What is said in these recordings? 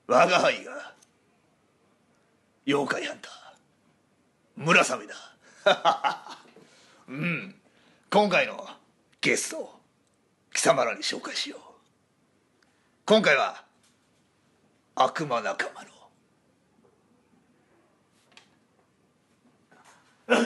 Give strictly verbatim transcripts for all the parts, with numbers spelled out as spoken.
我が輩が妖怪ハンター村雨だ。うん、今回のゲストを貴様らに紹介しよう。今回は悪魔仲間の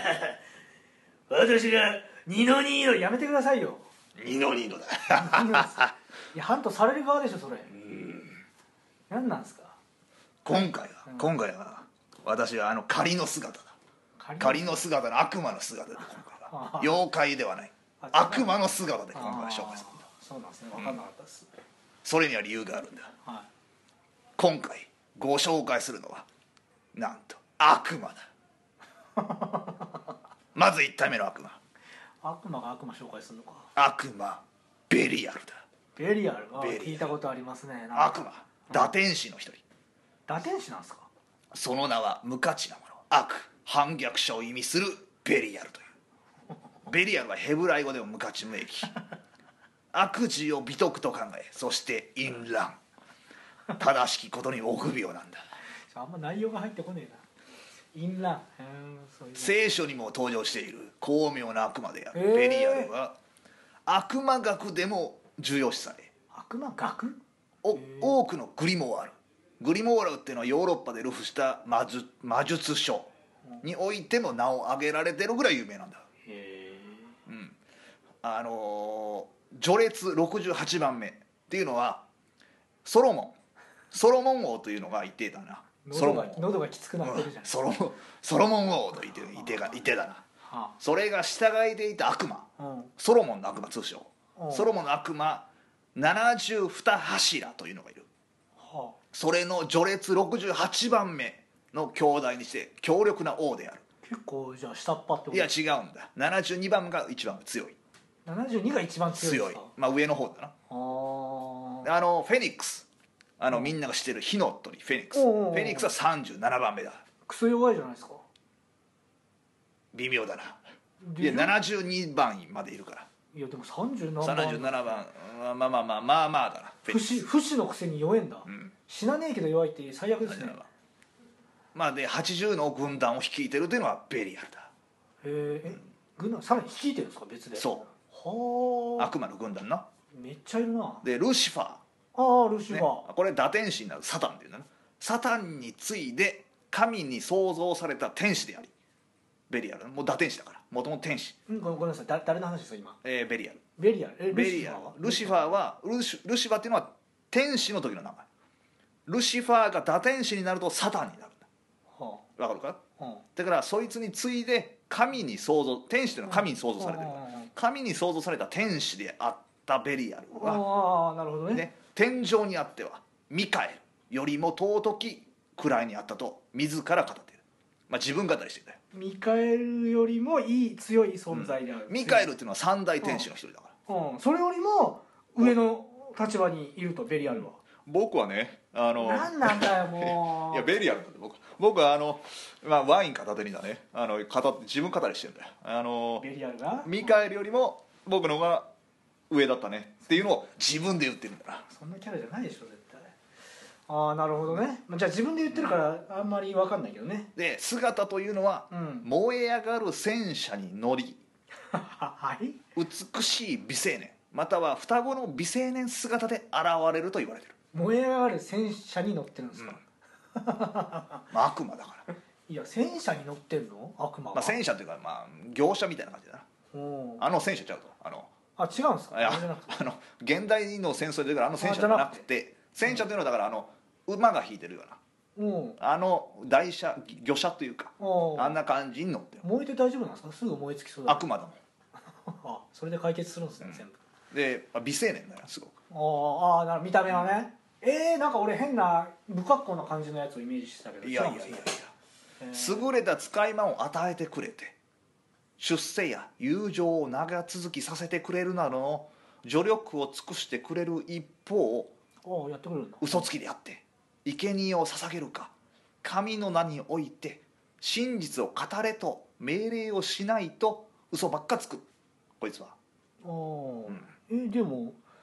私がニノニーノやめてくださいよ。 ニノニノだ。 いやハントされる側でしょそれ。何なんですか今回は、うん、今回は私はあの仮の姿だ。仮 の, 仮の姿の悪魔の姿で今回は妖怪ではない悪魔の姿で今回は紹介するんだ。 そうなんですね、分かんなかったです、うん、 それには理由があるんだ、 はい、 今回ご紹介するのはなんと悪魔だ。まずいち体目の悪魔。 悪魔が悪魔紹介するのか。 悪魔ベリアルだ。 ベリアルは聞いたことありますね。 悪魔堕天使の一人。 堕天使なんですか。 その名は無価値なもの、悪、反逆者を意味するベリアルという。ベリアルはヘブライ語でも無価値無益。悪事を美徳と考え、そして淫乱、正しきことに臆病なんだ。 あんま内容が入ってこねえな。淫乱、 そういう聖書にも登場している巧妙な悪魔であるベリアルは悪魔学でも重要視され、 悪魔学お多くのグリモワールグリモワールっていうのはヨーロッパで流布した魔術、魔術書においても名を挙げられてるぐらい有名なんだ。へー、うん、あのー、序列ろくじゅうはちばんめっていうのはソロモンソロモン王というのがいてだな。 喉が喉がきつくなってるじゃん、うん、 ソロソロモン王といていてがいてだな、はあ、それが従えていた悪魔、うん、ソロモンの悪魔通称、うん、ソロモンの悪魔ななじゅうに柱というのがいる、はあ、それの序列ろくじゅうはちばんめの兄弟にして強力な王である。 結構じゃあ下っ端ってこと。 いや違うんだ。ななじゅうにばんが一番強い。 ななじゅうにが一番強いですか。 強い、まあ上の方だな。ああのフェニックス、あの、うん、みんなが知ってる火の鳥フェニックス、フェニックスはさんじゅうななばんめだ。 クソ弱いじゃないですか。 微妙だな。いやななじゅうにばんまでいるから。 いやでもさんじゅうななばん、 さんじゅうななばん、まあまあまあまあまあまあだな。 不死不死のくせに弱いんだ、うん、死なねえけど弱いって最悪ですね。 まあではちじゅうの軍団を率いてるというのはベリアルだ。 へえ、軍団さらに率いてるんですか別で。 そう、はあ、悪魔の軍団な。 めっちゃいるな。 でルシファー、 ああルシファー、 ね、これ堕天使になるサタンっていうんだな。サタンに次いで神に創造された天使でありベリアル、もう堕天使だからもともと天使、 うん、ごめんなさい、だ誰の話ですか今。 えー、ベリアルベリアルえベリアルルシファーはルシルシファーっていうのは天使の時の名前。ルシファーが堕天使になるとサタンになるんだ。わ、はあ、かるか、はあ、だからそいつに次いで神に創造、天使というのは神に創造されてるから、はあ、神に創造された天使であったベリアルは、 あ、なるほどね、 ね、天上にあってはミカエルよりも尊き位にあったと自ら語っている。まあ自分語りしてるんだよ。 ミカエルよりもいい強い存在である、 うん、ミカエルっていうのは三大天使の一人だから、 うんうん、それよりも上の立場にいるとベリアルは。 僕はね、あの何なんだよもう。 いやベリアルだって僕僕はあの、まあ、ワイン片手にだね、あの片自分語りしてるんだよ。あのベリアルがミカエルよりも僕の方が上だったねっていうのを自分で言ってるんだな。 そんなキャラじゃないでしょ絶対。ああなるほどね。じゃあ自分で言ってるからあんまり分かんないけどね。 で姿というのは、うん、燃え上がる戦車に乗りはい、 美しい美青年または双子の美青年姿で現れると言われてる。 燃え上がる戦車に乗ってるんですか、 うん、まあ悪魔だからいや戦車に乗ってるの悪魔は、 まあ、戦車っていうか、まあ、業者みたいな感じだな。あの戦車ちゃうとあのあ違うんですか。 いやあの現代の戦争でからあの戦車じゃなくて戦車というのはだからあの馬が引いてるような、うん、あの台車魚車というかあんな感じに乗ってる。 燃えて大丈夫なんですか。すぐ燃え尽きそうだ。 悪魔だもんあそれで解決するんですね、うん、全部で美青年だよすごく。 ああなる見た目はね、うん、えー、なんか俺変な不格好な感じのやつをイメージしてたけど。 いやいやいやいや、優れた使い魔を与えてくれて出世や友情を長続きさせてくれるなどの助力を尽くしてくれる一方、 おやってくれるんだ。 嘘つきであって生贄を捧げるか神の名において真実を語れと命令をしないと嘘ばっかつくこいつは。 あ、うん、えでも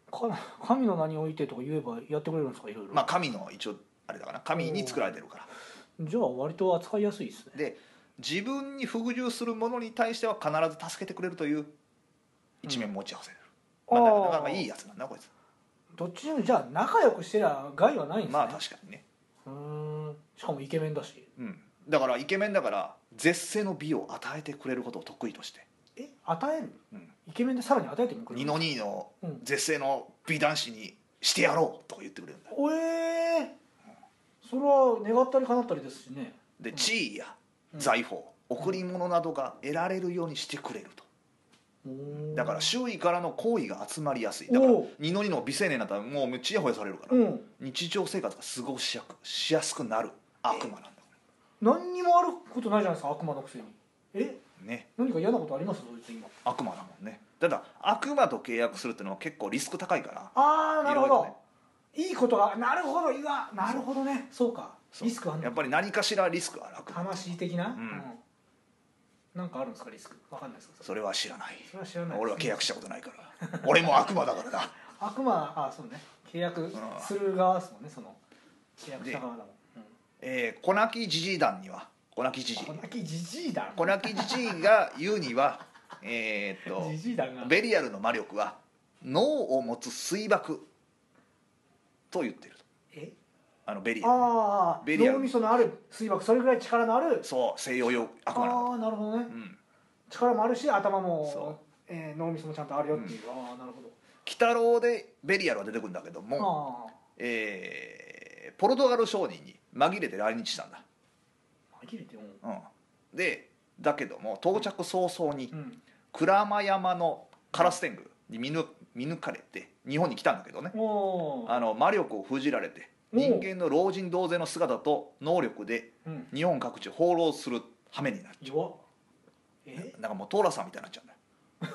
か神の名においてとか言えばやってくれるんですか、いろいろ。 まあ神の一応あれだから神に作られてるから。 じゃあ割と扱いやすいですね。 で自分に服従する者に対しては必ず助けてくれるという一面持ち合わせる、 うん、 まあ、なかなかいいやつなんだこいつ。 どっちでもじゃあ仲良くしてりゃ害はないんですね。 まあ確かにね。 うーん、しかもイケメンだし。 うん、だからイケメンだから絶世の美を与えてくれることを得意として、 え、与える、 うん、 イケメンでさらに与えてもくれる。 二の二の絶世の美男子にしてやろうとか言ってくれるんだよ。 おえー、それは願ったり叶ったりですしね。 で地位や財宝、贈り物などが得られるようにしてくれると。だから周囲からの好意が集まりやすい。だから二の二の美青年だったらもうちやほやされるから、うん、日常生活が過ごしやしやすくなる悪魔なんだ。 何にもあることないじゃないですか、悪魔のくせに。え、 ね、 何か嫌なことあります？そいつ今悪魔だもんね。ただ悪魔と契約するっていうのは結構リスク高いから。 ああ、なるほど、ね、いいことが、なるほど、いや、なるほどね、そうか、リスクある。 やっぱり何かしらリスクある。 魂的な、うん、うん、なんかあるんですか、リスク。わかんないですか。 それは知らない。 それは知らない。 俺は契約したことないから俺も悪魔だからな悪魔、あ、そうね、契約する側ですもんね、その契約した側だもん。うん、 えー、小泣きじじい団には小泣きじじい小泣きじじい団小泣きじじいが言うにはえーっとじじい団がベリアルの魔力は脳を持つ水爆と言ってると。 え、 あのベリアル、 ね、ああ、ベリアル脳みそのある水爆、それぐらい力のある、 そう西洋用悪魔なんだ。 ああ、なるほどね、うん、力もあるし頭も、えー、脳みそもちゃんとあるよっていう、うん、ああ、なるほど。鬼太郎でベリアルは出てくるんだけども、えー、ポルトガル商人に紛れて来日したんだ。 紛れて、 うん、でだけども到着早々に、うん、鞍馬山のカラス天狗に見抜、見抜かれて日本に来たんだけどね、あの魔力を封じられて人間の老人同然の姿と能力で日本各地を放浪する羽目になっちゃう。え、なんかもうトーラさんみたいになっちゃうんだよ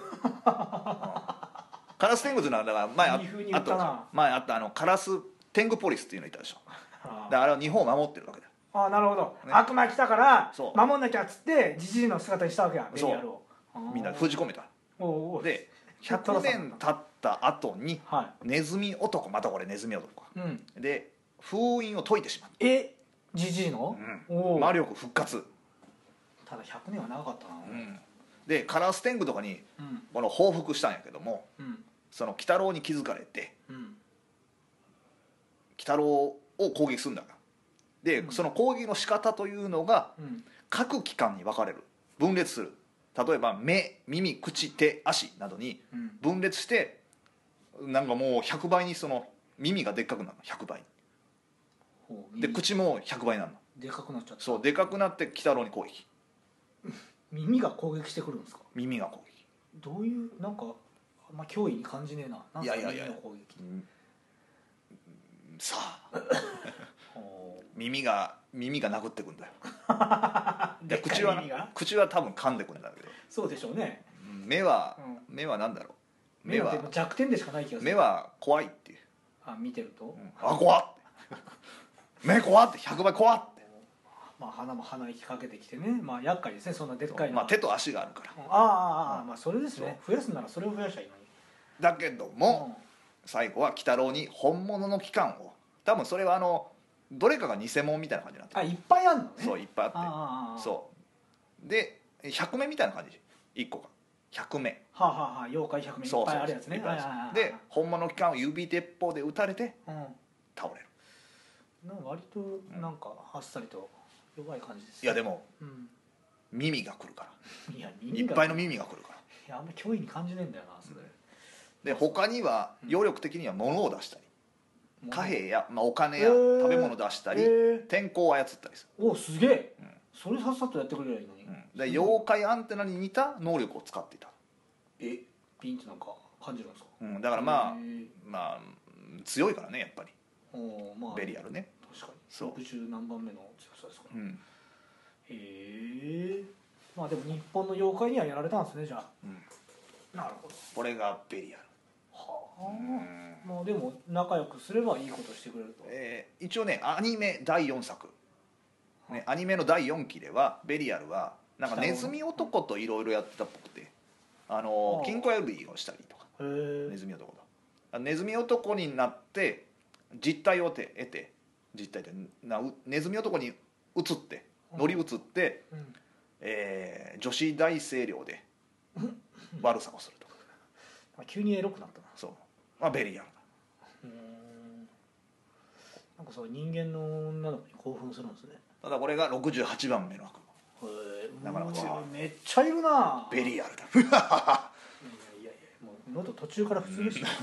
うん、カラス天狗っていうのはだから前 あ, あった前あったあのカラス天狗ポリスっていうのいたでしょ。だからあれは日本を守ってるわけだよ。 ああ、なるほど、ね、悪魔来たから守んなきゃっつってジジイの姿にしたわけや、ベリアルを。 みんな封じ込めた。おうでひゃくねん経った後に、はい、ネズミ男、またこれネズミ男か、うん、で封印を解いてしまった。 え、ジジイの、 うん、魔力復活。 ただひゃくねんは長かったな、うん、 でカラス天狗とかに、うん、この報復したんやけども、うん、その鬼太郎に気づかれて、うん、鬼太郎を攻撃するんだからで、うん、その攻撃の仕方というのが、うん、各器官に分かれる、分裂する。例えば目、耳、口、手、足などに分裂して、うん、なんかもうひゃくばいにその耳がでっかくなるの、ひゃくばいに。で口もひゃくばいになるの。 でかくなっちゃった。 そう、でかくなって鬼太郎に攻撃。 耳が攻撃してくるんですか。 耳が攻撃。 どういうなんかあんま脅威に感じねえな。なんかいやいやいや、 攻撃、うん、 さあ耳が耳が殴ってくんだよで口は口は多分噛んでくんだけど。 そうでしょうね。 目は、うん、目はなんだろう。 目は弱点でしかない気がする。 目は怖いっていう。 あ、見てると、うん、 あ、怖っ目怖ってひゃくばい怖って。 まあ鼻も鼻息かけてきてね、まあ厄介ですね、そんなでっかいの。 まあ手と足があるから。 ああああ、まあそれですね。増やすならそれを増やしちゃいいのに。 だけども、うん、最後は鬼太郎に本物の機関を、多分それはあのどれかが偽物みたいな感じになってる。 あ、いっぱいあるのね。 そう、いっぱいあって、あそうでひゃくめみたいな感じ、いっこがひゃくめ、 はあはあはあ、妖怪ひゃくめいっぱいあるやつね。 で本物の機関を指鉄砲で撃たれて、うん、倒れる。 なんか割となんかあっさりと弱い感じです、 いやでも、うん、耳が来るから。いや、耳がいっぱいの耳が来るから。 いや、あんまり脅威に感じねえんだよな、それ。 で他には揚力的には物を出したり、うん、貨幣や、まあ、お金や食べ物を出したり、天候を操ったりする。 お、すげえ、うん、それさっさとやってくれりゃいいのに、うん、 で妖怪アンテナに似た能力を使っていた。 え、ピンってなんか感じるんですか。 うん、だからまあまあ強いからね、やっぱり。お、まあ、ベリアルね。 確かにろくじゅう何番目の強さですから、うん、へえ。まあでも日本の妖怪にはやられたんですね、じゃあ、うん、なるほど。 これがベリアル。 はあ、うん、まあでも仲良くすればいいことしてくれると、 えー、一応ねアニメだいよんさく、ね、アニメのだいよんきではベリアルはなんかネズミ男といろいろやってたっぽくて、あの金庫破りをしたりとか、ネズミ男とネズミ男になって実体を得て得て実体でなうネズミ男に移って乗り移って、 うんえー女子大生寮で悪さをするとか、 あ急にエロくなったな。 そう、まあ、ベリアルうーんなんかそう人間の女の子に興奮するんですね。 ただこれがろくじゅうはちばんめの悪へーなかなか強い。 うわめっちゃいるな。 魔ベリアルだいやいやいやもう喉途中から普通でした、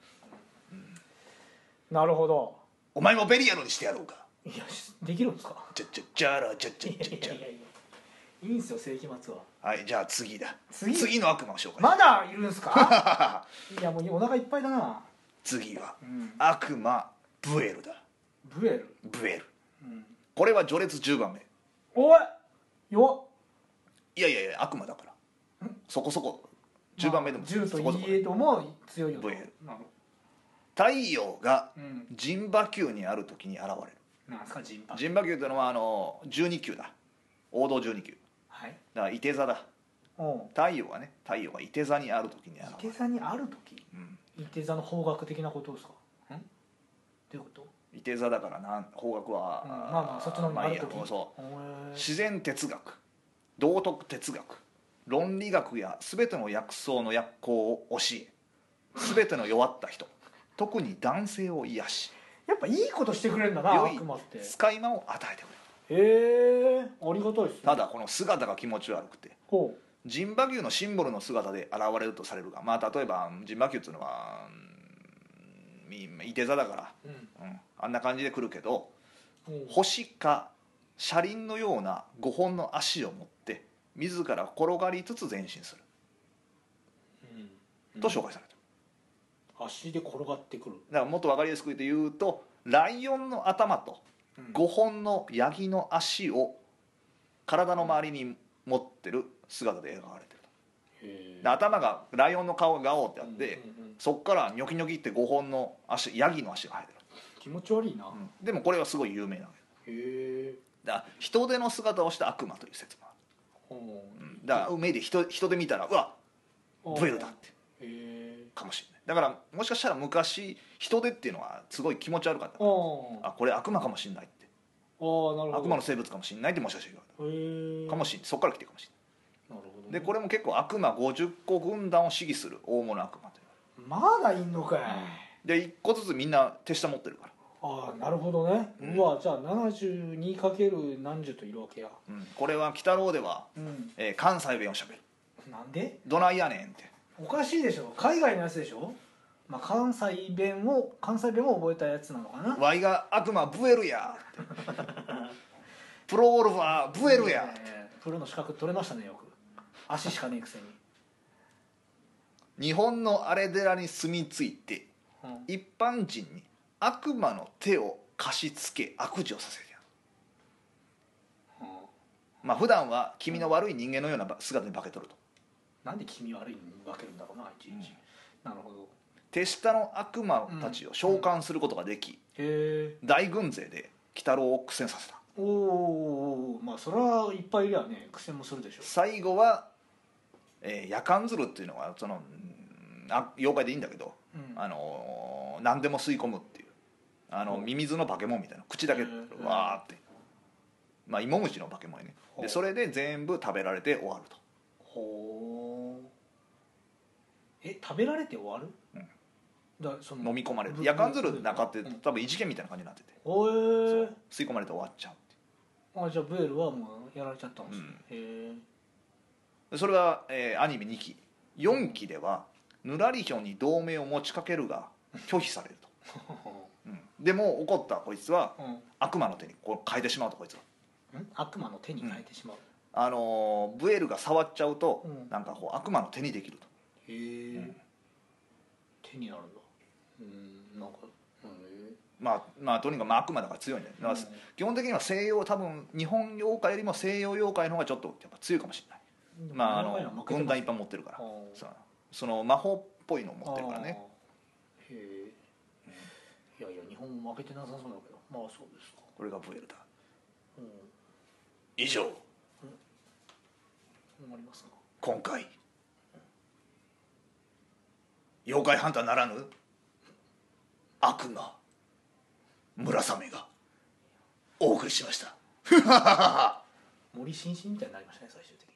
なるほど。 お前もベリアルにしてやろうか。 いやできるんですか。 ちゃちゃちゃらちゃちゃいやちゃちゃいやいやいやいいんですよ世紀末は。 はい、じゃあ次だ。 次の悪魔を紹介。 まだいるんですか。いやもうお腹いっぱいだな。 次は、 うん、 悪魔ブエルだ。 ブエル、 ブエル、 うん、 これは序列じゅうばんめ。 おい弱っ。 いやいやいや悪魔だからそこそこじゅうばんめでも、 まあ、じゅうとそこそこいえども強いよと。 ブエル。 なるほ太陽がど。うん陣馬球にある時に現れる。 なんですか陣馬。 陣馬球というのはあのじゅうに球だ。王道じゅうに球はい。 だから射手座だ。 おう太陽がね太陽が射手座にある時に現れる。 いて座にある時、 うんいて座の方角的なことですか。んどういうこと。 射手座だからなん方角は、 うん、まあまあそっちの方にある時、 まあいいやそうへー自然哲学道徳哲学論理学や全ての薬草の薬効を教え全ての弱った人特に男性を癒しやっぱいいことしてくれるんだな良い悪魔って。 使い魔を与えてくれる。 へえありがたいですね。 ただこの姿が気持ち悪くてほ陣馬牛のシンボルの姿で現れるとされるが、まあ、例えば陣馬牛っていうのはうんい手座だから、 う、うんうん、あんな感じで来るけどほう星か車輪のようなごほんの足を持って自ら転がりつつ前進するうんと紹介されてる。 足で転がってくる、 だからもっと分かりやすく言うとライオンの頭とうんごほんのヤギの足を体の周りに持ってる姿で描かれてると。 へで頭がライオンの顔がガオってあって、 うんうんうんそっからニョキニョキってごほんの足ヤギの足が生えて気持ち悪いな、 る、うんでもこれはすごい有名なのよ。 へえだから人手の姿をした悪魔という説もあほる、うんだから目で 人, 人で見たらうわうブエルだってへえかもしれない。だからもしかしたら昔人手っていうのはすごい気持ち悪かったからああこれ悪魔かもしれないってあーなるほど。 悪魔の生物かもしれないってもしかしたら言われへえるかもしれないそこから来てるかもしれない。 なるほど、ね、 でこれも結構悪魔ごじゅっこ軍団を支持する大物悪魔というまだいんのかい、 でいっこずつみんな手下持ってるから、 ああなるほどね、 ううんわじゃあ ななじゅうにかける 何十といるわけや。 うんこれは鬼太郎では、 うんえー関西弁をしゃべる。 なんでどないやねんっておかしいでしょ海外のやつでしょ、まあ、関西弁を関西弁を覚えたやつなのかな。 ワイが悪魔ブエルやってプロゴルファーブエルや、 えープロの資格取れましたねよく足しかねえくせに、 日本の荒れ寺に住み着いてうん一般人に悪魔の手を貸し付け悪事をさせてやる。 うんまあ普段は君の悪い人間のような姿に化けとると。 なんで気味悪いに分けるんだろうないちいち、 うんなるほど。 手下の悪魔たちを召喚することができ、 へえ大軍勢で鬼太郎を苦戦させた。 おーおーまあそれはいっぱいいりゃね苦戦もするでしょ最後は、えー夜間鶴っていうのはそのうんあ妖怪でいいんだけど、 うんあのー何でも吸い込むっていうあのうんミミズの化け物みたいな口だけへーわーって、まあ芋虫の化け物やね。 ほうでそれで全部食べられて終わると。 ほうえ食べられて終わる、 うんだその飲み込まれる。 ぶ夜間鶴の中ってうん多分異次元みたいな感じになってて、 おえー、 吸い込まれて終わっちゃうってあじゃあブエルはもうやられちゃったんですね、 うんへえでそれは、えーアニメにきよんきではぬらりひょんに同盟を持ちかけるが拒否されると、うんでも怒ったこいつはうん悪魔の手にこう変えてしまうとこいつはん悪魔の手に変えてしまう、 あのーブエルが触っちゃうと、 うんなんかこう悪魔の手にできると。 へえ、 うん手になるんだうんなんかへえまあまあとにかくまあ悪魔だから強いんだよだからうん基本的には西洋多分日本妖怪よりも西洋妖怪の方がちょっとやっぱ強いかもしれない。 でもまああ長いのはの負けてます軍団いっぱい持ってるからあーそうその魔法っぽいのを持ってるからね。 あーへえいやいや日本も負けてなさそうだけどまあそうですか、 これがブエルだ。 うん、 以上終わりますか。 今回妖怪ハンターならぬ悪魔村雨がお送りしました。 森進々みたいになりましたね最終的に。